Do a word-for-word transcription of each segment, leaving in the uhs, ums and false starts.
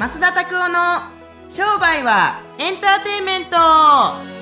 増田拓夫の商売はエンターテインメント。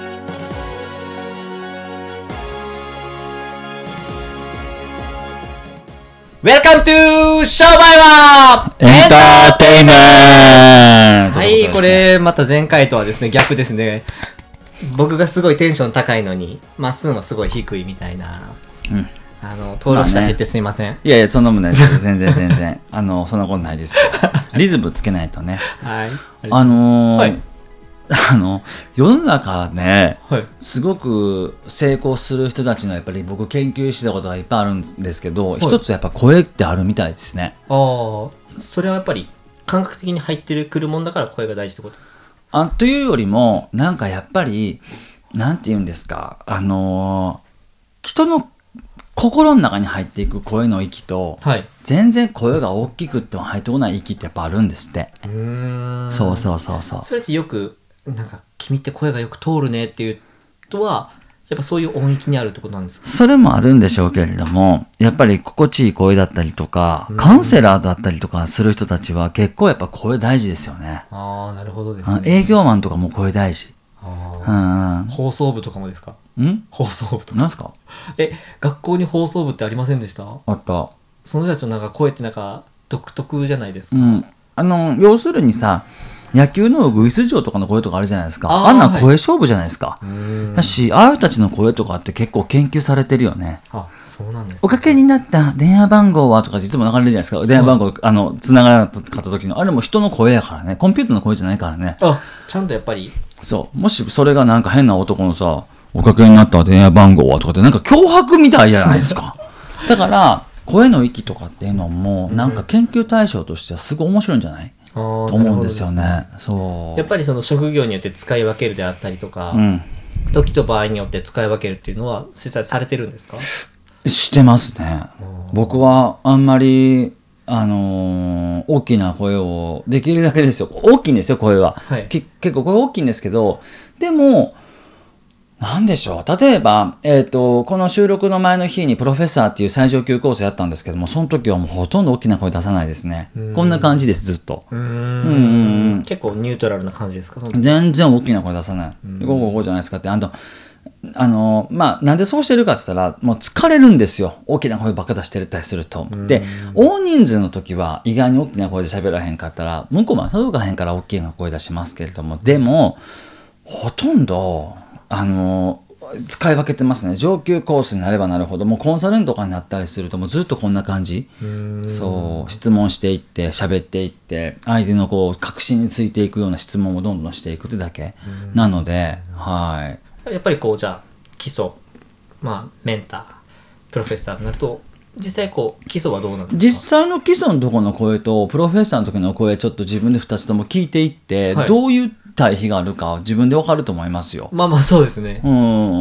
Welcome to 商売はエンターテインメント。 はい、これまた前回とはですね逆ですね。僕がすごいテンション高いのにまっすーのすごい低いみたいな、うん、あの登録者減ってすいません、 まあね、いやいやそんなもんないです全然全然あのそんなことないですリズムつけないとね。 はいあのーはいあの世の中ね、 はい、 すごく成功する人たちのやっぱり僕研究してたことがいっぱいあるんですけど、はい、一つやっぱ声ってあるみたいですね。 ああ、それはやっぱり感覚的に入ってくるもんだから声が大事ってこと？ あというよりもなんかやっぱりなんて言うんですか、あのー、人の心の中に入っていく声の息と、はい、全然声が大きくっても入ってこない息ってやっぱあるんですって。うーん、そうそうそうそう。 それってよくなんか君って声がよく通るねっていうとはやっぱそういう音域にあるってことなんですか？ それもあるんでしょうけれども、やっぱり心地いい声だったりとかカウンセラーだったりとかする人たちは結構やっぱ声大事ですよね。 ああ、なるほどですね。 営業マンとかも声大事。 あ、うん、放送部とかもですか？ ん放送部とかなんすか？ え、学校に放送部ってありませんでした？ あった。 その人たちのなんか声ってなんか独特じゃないですか、 うん、あの要するにさ、野球のウグイス嬢とかの声とかあるじゃないですか。 あ, あんな声勝負じゃないですか、はい、だしああいう人たちの声とかって結構研究されてるよね。 あ、そうなんですね。 おかけになった電話番号はとか実も流れるじゃないですか。電話番号、はい、あの繋がらなかった時のあれも人の声やからね。コンピューターの声じゃないからね。 あ、ちゃんとやっぱりそう。もしそれがなんか変な男のさ、おかけになった電話番号はとかってなんか脅迫みたいじゃないですかだから声の息とかっていうのもなんか研究対象としてはすごい面白いんじゃない、うん、と思うんですよね。そうやっぱりその職業によって使い分けるであったりとか、うん、時と場合によって使い分けるっていうのは実際されてるんですか？ してますね。僕はあんまりあのー、大きな声をできるだけですよ。大きいんですよ声は、はい、結構声大きいんですけど、でもなんでしょう、例えば、えーと、この収録の前の日にプロフェッサーっていう最上級コースやったんですけども、その時はもうほとんど大きな声出さないですね。こんな感じです、ずっと。うーん、うんうん、 結構ニュートラルな感じですか？ 全然大きな声出さない。ゴーゴーゴーじゃないですかって。あのあのまあ、なんでそうしてるかって言ったらもう疲れるんですよ、大きな声ばっか出してたりすると。で大人数の時は意外に大きな声で喋らへんかったら向こうも届かへんから大きな声出しますけれども、でもほとんどあの使い分けてますね。上級コースになればなるほど、もうコンサルとかになったりするともうずっとこんな感じ。そう質問していって喋っていって相手のこう確信についていくような質問をどんどんしていくってだけなので、はい、 やっぱりこうじゃあ基礎、まあ、メンタープロフェッサーになると実際こう基礎はどうなんですか？ 実際の基礎のところの声とプロフェッサーの時の声ちょっと自分でふたつとも聞いていって、はい、どういう対比があるか自分で分かると思いますよ。 まあまあそうですね。うん、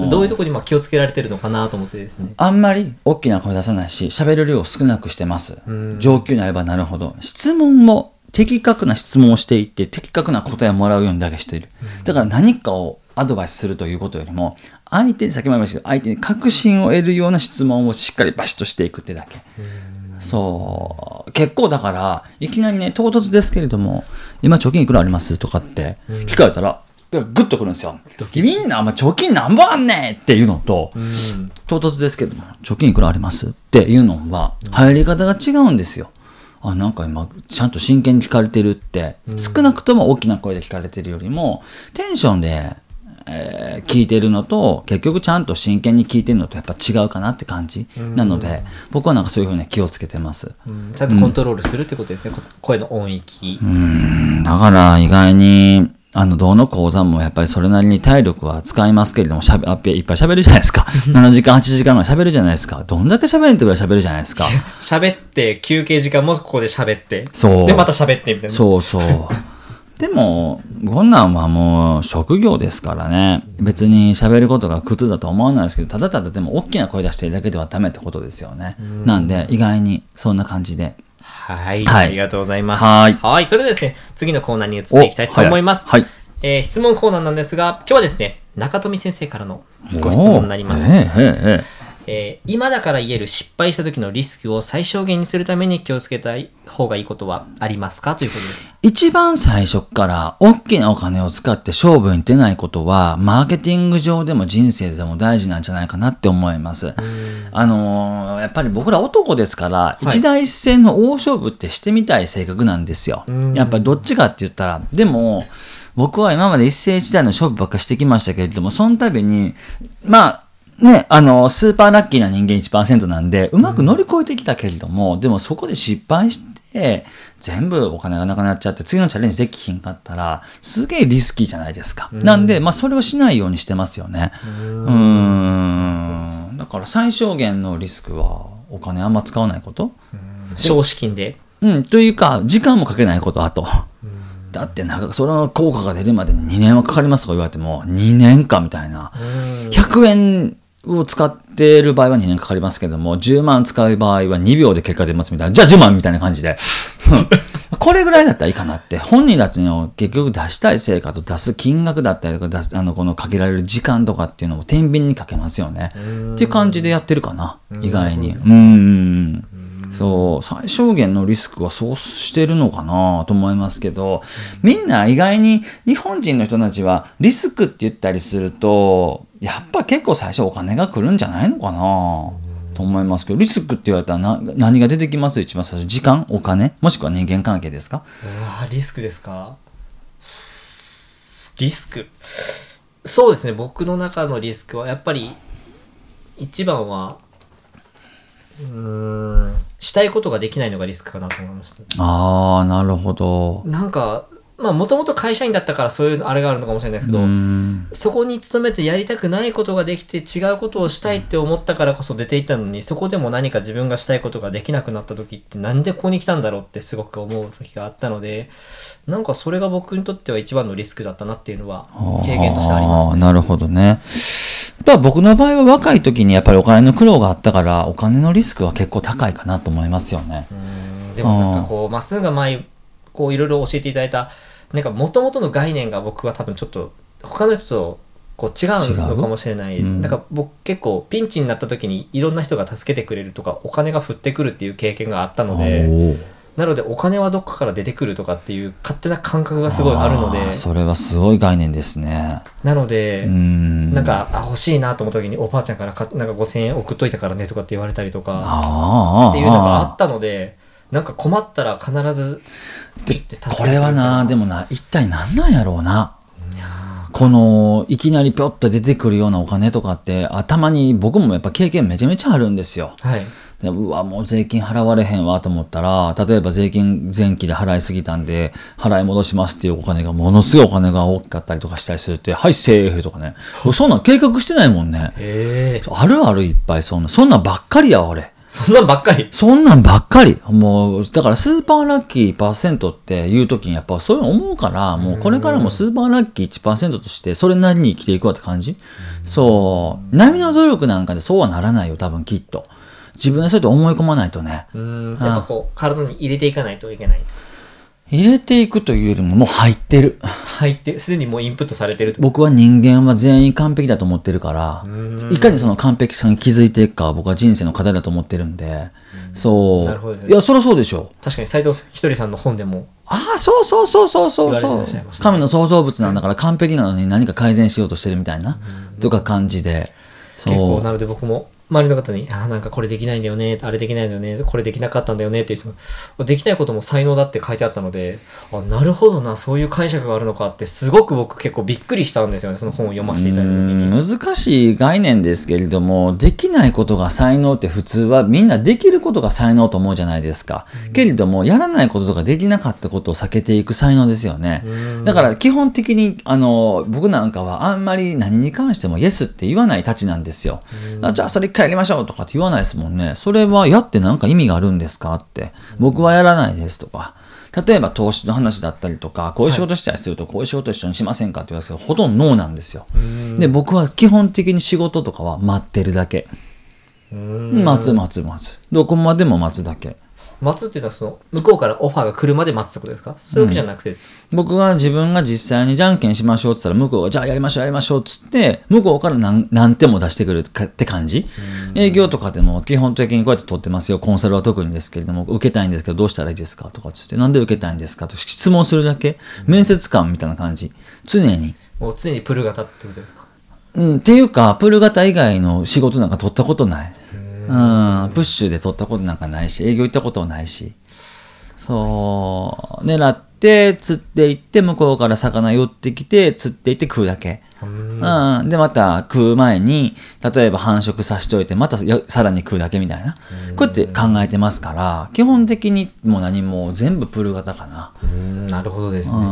どういうところにまあ気をつけられてるのかなと思ってですね。 あんまり大きな声出さないし喋る量を少なくしてます。上級になればなるほど質問も的確な質問をしていって的確な答えをもらうようにだけしている。だから何かをアドバイスするということよりも相手に先も言いましたけど相手に確信を得るような質問をしっかりバシッとしていくってだけ。そう結構だからいきなりね唐突ですけれども今貯金いくらありますとかって聞かれたらグッとくるんですよ。みんな貯金何本あんねんっていうのと、唐突ですけども貯金いくらありますっていうのは入り方が違うんですよ。あ、なんか今ちゃんと真剣に聞かれてるって、少なくとも大きな声で聞かれてるよりもテンションでえー、聞いてるのと結局ちゃんと真剣に聞いてるのとやっぱ違うかなって感じなので、僕はなんかそういうふうに気をつけてます。 うん、ちゃんとコントロールするってことですね、うん、声の音域。 うーん、だから意外にあのどの講座もやっぱりそれなりに体力は使いますけれどもしゃべいっぱい喋るじゃないですかななじかんはちじかんぐらい喋るじゃないですか。どんだけ喋るってぐらい喋るじゃないですか喋って休憩時間もここで喋ってそうでまた喋ってみたいな。 そうそうでもこんなんはもう職業ですからね、別に喋ることが苦痛だと思わないですけど、ただただでも大きな声出してるだけではダメってことですよね。んなんで意外にそんな感じで、 はい、はい、ありがとうございます。 はい、 はい、それでですね次のコーナーに移っていきたいと思います。 はい、 えー、質問コーナーなんですが今日はですね中富先生からのご質問になります。 えーえーえーえー、今だから言える失敗した時のリスクを最小限にするために気をつけた方がいいことはありますかということです。 一番最初から大きなお金を使って勝負に出ないことは、マーケティング上でも人生でも大事なんじゃないかなって思います。あのー、やっぱり僕ら男ですから、はい、一第一線の大勝負ってしてみたい性格なんですよ。やっぱりどっちかって言ったら、でも僕は今まで一世一代の勝負ばっかしてきましたけれども、その度にまあね、あのスーパーラッキーな人間 いちパーセント なんでうまく乗り越えてきたけれども、うん、でもそこで失敗して全部お金がなくなっちゃって次のチャレンジできひんかったらすげえリスキーじゃないですか、うん、なんで、まあ、それをしないようにしてますよね。うーん、だから最小限のリスクはお金あんま使わないこと、 少資金で、 うん、というか時間もかけないこと。あとだってなんかその効果が出るまでににねんはかかりますとか言われてもにねんかみたいな、ひゃくえんを使っている場合はにねんかかりますけども、じゅうまん使う場合はにびょうで結果出ますみたいな、じゃあじゅうまんみたいな感じでこれぐらいだったらいいかなって、本人たちの結局出したい成果と出す金額だったりとか出すあのこのかけられる時間とかっていうのを天秤にかけますよねっていう感じでやってるかな、意外に。うーん、そう最小限のリスクはそうしてるのかなと思いますけど、みんな意外に日本人の人たちはリスクって言ったりするとやっぱ結構最初お金が来るんじゃないのかなと思いますけど、リスクって言われたらな何が出てきます？一番最初、時間、お金、もしくは人間関係ですか？ うわ、リスクですか？リスク、そうですね、僕の中のリスクはやっぱり一番はうーんしたいことができないのがリスクかなと思いました。 ああ、なるほど。 なんかまあもともと会社員だったからそういうあれがあるのかもしれないですけど、そこに勤めてやりたくないことができて違うことをしたいって思ったからこそ出ていったのに、そこでも何か自分がしたいことができなくなった時ってなんでここに来たんだろうってすごく思う時があったので、なんかそれが僕にとっては一番のリスクだったなっていうのは経験としてありますね。 なるほどね。だから僕の場合は若い時にやっぱりお金の苦労があったからお金のリスクは結構高いかなと思いますよね。 うーん、でもなんかこうまっすぐが前こういろいろ教えていただいたなんか元々の概念が僕は多分ちょっと他の人とこう違うのかもしれない。なんか僕結構ピンチになった時にいろんな人が助けてくれるとかお金が降ってくるっていう経験があったので、なのでお金はどっかから出てくるとかっていう勝手な感覚がすごいあるので、 それはすごい概念ですね。 なのでうんなんかあ欲しいなと思った時におばあちゃんからかなんかごせんえん送っといたからねとかって言われたりとかっていうのがあったので、なんか困ったら必ずでこれはな、でもな一体何なんやろうな。このいきなりぴょっと出てくるようなお金とかって頭に僕もやっぱ経験めちゃめちゃあるんですよ。 はい、 でうわもう税金払われへんわと思ったら、例えば税金前期で払いすぎたんで払い戻しますっていうお金がものすごいお金が大きかったりとかしたりするって、はいセーフとかねそんなん計画してないもんね。 へー、 あるあるいっぱいそんなそんなんばっかりや俺。 そんなんばっかりそんなんばっかりもうだからスーパーラッキーパーセントっていう時にやっぱそういうの思うから、もうこれからもスーパーラッキー いちパーセント としてそれなりに生きていくわって感じ。そう波の努力なんかでそうはならないよ多分きっと。自分でそうやって思い込まないとね。 うーんやっぱこう体に入れていかないといけない。 入れていくというよりももう入ってる入ってすでにもうインプットされてる。 僕は人間は全員完璧だと思ってるから、いかにその完璧さに気づいていくかは僕は人生の課題だと思ってるんで、そうなるほど、ね、 いやそりゃそうでしょ。 確かに斉藤ひとりさんの本でもああそうそうそうそうそうそう、 ね、 神の創造物なんだから完璧なのに何か改善しようとしてるみたいなとか感じで、 そう結構なので僕も周りの方にあなんかこれできないんだよね、あれできないんだよね、これできなかったんだよねって言ってもできないことも才能だって書いてあったので、あなるほどなそういう解釈があるのかってすごく僕結構びっくりしたんですよね、その本を読ませていただいた時に。 難しい概念ですけれども、できないことが才能って普通はみんなできることが才能と思うじゃないですか。けれどもやらないこととかできなかったことを避けていく才能ですよね。だから基本的にあの僕なんかはあんまり何に関してもイエスって言わないたちなんですよ。あじゃあそれ一回やりましょうとかって言わないですもんね。それはやって何か意味があるんですかって、僕はやらないですとか、例えば投資の話だったりとかこういう仕事したりするとこういう仕事一緒にしませんかって言われるんですけど、ほとんどノーなんですよ。で僕は基本的に仕事とかは待ってるだけ。待つ待つ待つ、どこまでも待つだけ。 待つっていうのはその向こうからオファーが来るまで待つってことですか？そういうわけじゃなくて、うん、 僕は自分が実際にじゃんけんしましょうって言ったら向こうがじゃあやりましょうやりましょうっつって向こうから 何, 何手も出してくるって感じ。営業とかでも基本的にこうやって取ってますよ。コンサルは特にですけれども、受けたいんですけどどうしたらいいですかとかつって、なんで受けたいんですかと質問するだけ、面接官みたいな感じ。常にもう常にプル型ってことですか？ うん、っていうかプル型以外の仕事なんか取ったことない。うん、プッシュで取ったことなんかないし、営業行ったことないし、そう狙って釣っていって向こうから魚寄ってきて釣っていって食うだけ。うん、でまた食う前に例えば繁殖させておいてまたさらに食うだけみたいな、こうやって考えてますから、基本的にもう何も全部プル型かな。 うん、なるほどですね。すごい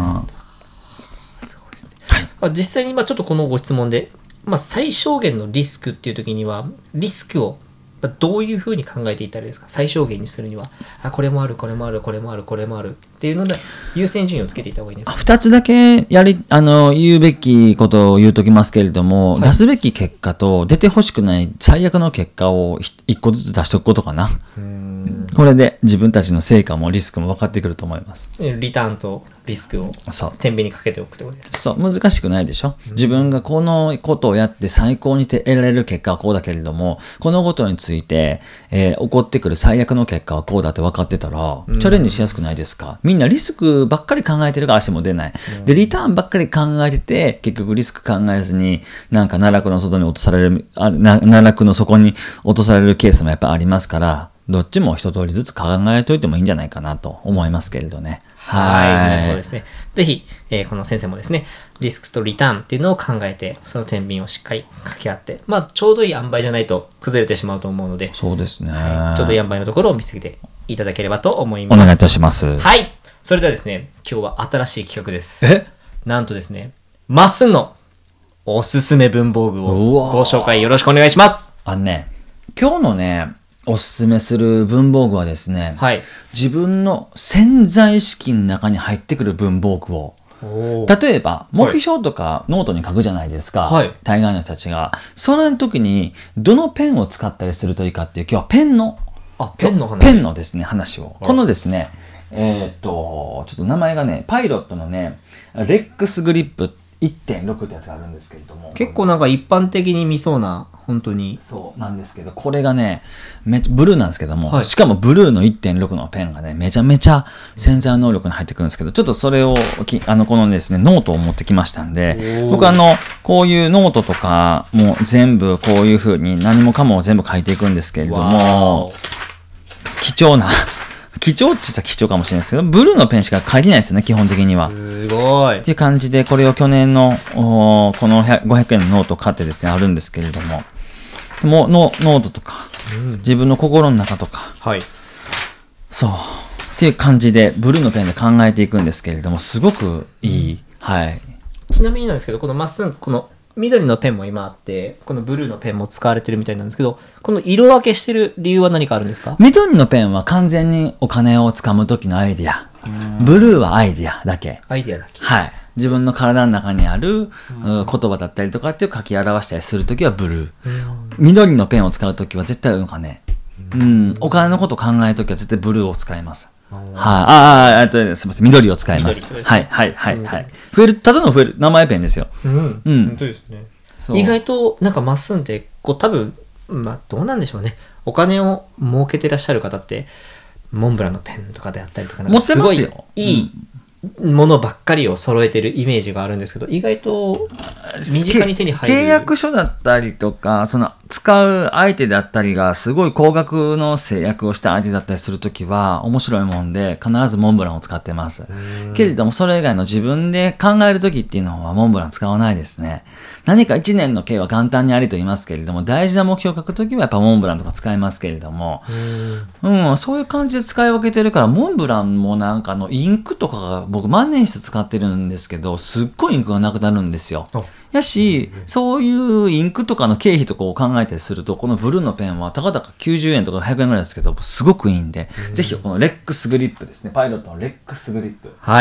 ですね。はい、実際に今ちょっとこのご質問で、まあ、最小限のリスクっていう時にはリスクをどういうふうに考えていったらいいですか？最小限にするにはあこれもあるこれもあるこれもあるこれもあるっていうので優先順位をつけていった方がいいんですか？ ふたつだけやりあの言うべきことを言うときますけれども、はい、出すべき結果と出てほしくない最悪の結果をいっこずつ出しておくことかな。うーん、これで自分たちの成果もリスクも分かってくると思います。 リターンとリスクを天秤にかけておくってことです。 そう、難しくないでしょ。自分がこのことをやって最高に得られる結果はこうだけれども、このことについて、えー、起こってくる最悪の結果はこうだって分かってたら、チャレンジしやすくないですか？みんなリスクばっかり考えてるから足も出ない。で、リターンばっかり考えてて、結局リスク考えずに、なんか奈落の外に落とされる、あな奈落の底に落とされるケースもやっぱりありますから、どっちも一通りずつ考えておいてもいいんじゃないかなと思いますけれどね。 はい。なるほどですね。ぜひ、えー、この先生もですね、リスクとリターンっていうのを考えて、その天秤をしっかり掛け合って、まあ、ちょうどいい塩梅じゃないと崩れてしまうと思うので、 そうですね。 はい、ちょうどいい塩梅のところを見つけていただければと思います。 お願いいたします。 はい。それではですね、今日は新しい企画です。 え？ なんとですね、マスのおすすめ文房具をご紹介よろしくお願いします。 あのね、今日のね、おすすめする文房具はですね、はい、自分の潜在意識の中に入ってくる文房具を、例えば目標とかノートに書くじゃないですか、はい、大概の人たちが。その時にどのペンを使ったりするといいかっていう、今日はペンのあペンの話ペンのですね話を、このですねえー、っとちょっと名前がねパイロットのねレックスグリップ いってんろく ってやつがあるんですけれども、 結構なんか一般的に見そうな本当にそうなんですけど、これがねめブルーなんですけども、はい、しかもブルーの いってんろく のペンがねめちゃめちゃ潜在能力に入ってくるんですけど、ちょっとそれをきあのこのですねノートを持ってきましたんで、僕あのこういうノートとかも全部こういう風に何もかも全部書いていくんですけれども、貴重な貴重って言ったら貴重かもしれないですけど、ブルーのペンしか書いてないですよね基本的には。 すごいっていう感じで、これを去年のこのごひゃくえんのノートを買ってですねあるんですけれども、もうノートとか、うん、自分の心の中とか、はい、そうっていう感じでブルーのペンで考えていくんですけれども、すごくいい、うん、はい。 ちなみになんですけど、このまっすぐこの緑のペンも今あって、このブルーのペンも使われてるみたいなんですけど、この色分けしてる理由は何かあるんですか？ 緑のペンは完全にお金をつかむ時のアイディア、ブルーはアイディアだけ。 アイディアだけ。 はい。自分の体の中にある言葉だったりとかっていう書き表したりするときはブルー。緑のペンを使うときは絶対お金。うん。お金のことを考えるときは絶対ブルーを使います。はい、あ。ああ、すみません。緑を使います。はい、はい、はい、はい。増える、ただの増える、名前ペンですよ。 うん。うん。本当ですね。意外と、なんかまっすんって、こう多分、まあどうなんでしょうね。お金を儲けてらっしゃる方って、モンブランのペンとかであったりとか、なんかすごいいいものばっかりを揃えてるイメージがあるんですけど、意外と身近に手に入る。 契約書だったりとか、その使う相手だったりがすごい高額の制約をした相手だったりするときは面白いもんで必ずモンブランを使ってます。けれどもそれ以外の自分で考えるときっていうのはモンブラン使わないですね。何か一年の計は元旦にありと言いますけれども、大事な目標を書くときはやっぱモンブランとか使いますけれども、うん、そういう感じで使い分けてるから、モンブランもなんかのインクとかが僕万年筆使ってるんですけど、すっごいインクがなくなるんですよ。やし、そういうインクとかの経費とかを考えたりすると、このブルーのペンはたかだかきゅうじゅうえんとかひゃくえんぐらいですけど、すごくいいんで、ぜひこのレックスグリップですね、パイロットのレックスグリップ。 はい。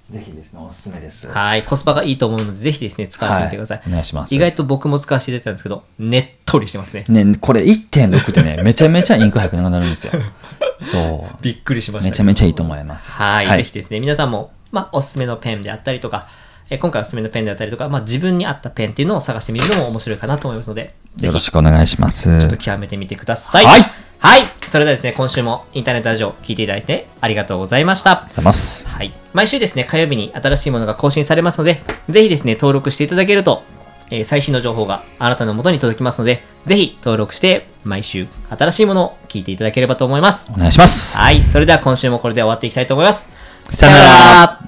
ぜひですね、おすすめです。 はい。コスパがいいと思うので、ぜひですね、使ってみてください。 はい、お願いします。 意外と僕も使わせていただいたんですけど、ねっとりしてますね。 ね、これ いってんろく ってね、めちゃめちゃインク早くなくなるんですよ。そう。 びっくりしました、ね。 めちゃめちゃいいと思います。 はい。はい、ぜひですね、皆さんも、まあ、おすすめのペンであったりとか、え今回おすすめのペンであったりとか、まあ、自分に合ったペンっていうのを探してみるのも面白いかなと思いますので、 よろしくお願いします。 ちょっと極めてみてください。 はい。 はい。それではですね、今週もインターネットラジオ聞いていただいてありがとうございました。ありがとうございます。 はい。毎週ですね、火曜日に新しいものが更新されますので、ぜひですね、登録していただけると、えー、最新の情報があなたの元に届きますので、ぜひ登録して毎週新しいものを聞いていただければと思います。 お願いします。 はい。それでは今週もこれで終わっていきたいと思います。 さよなら。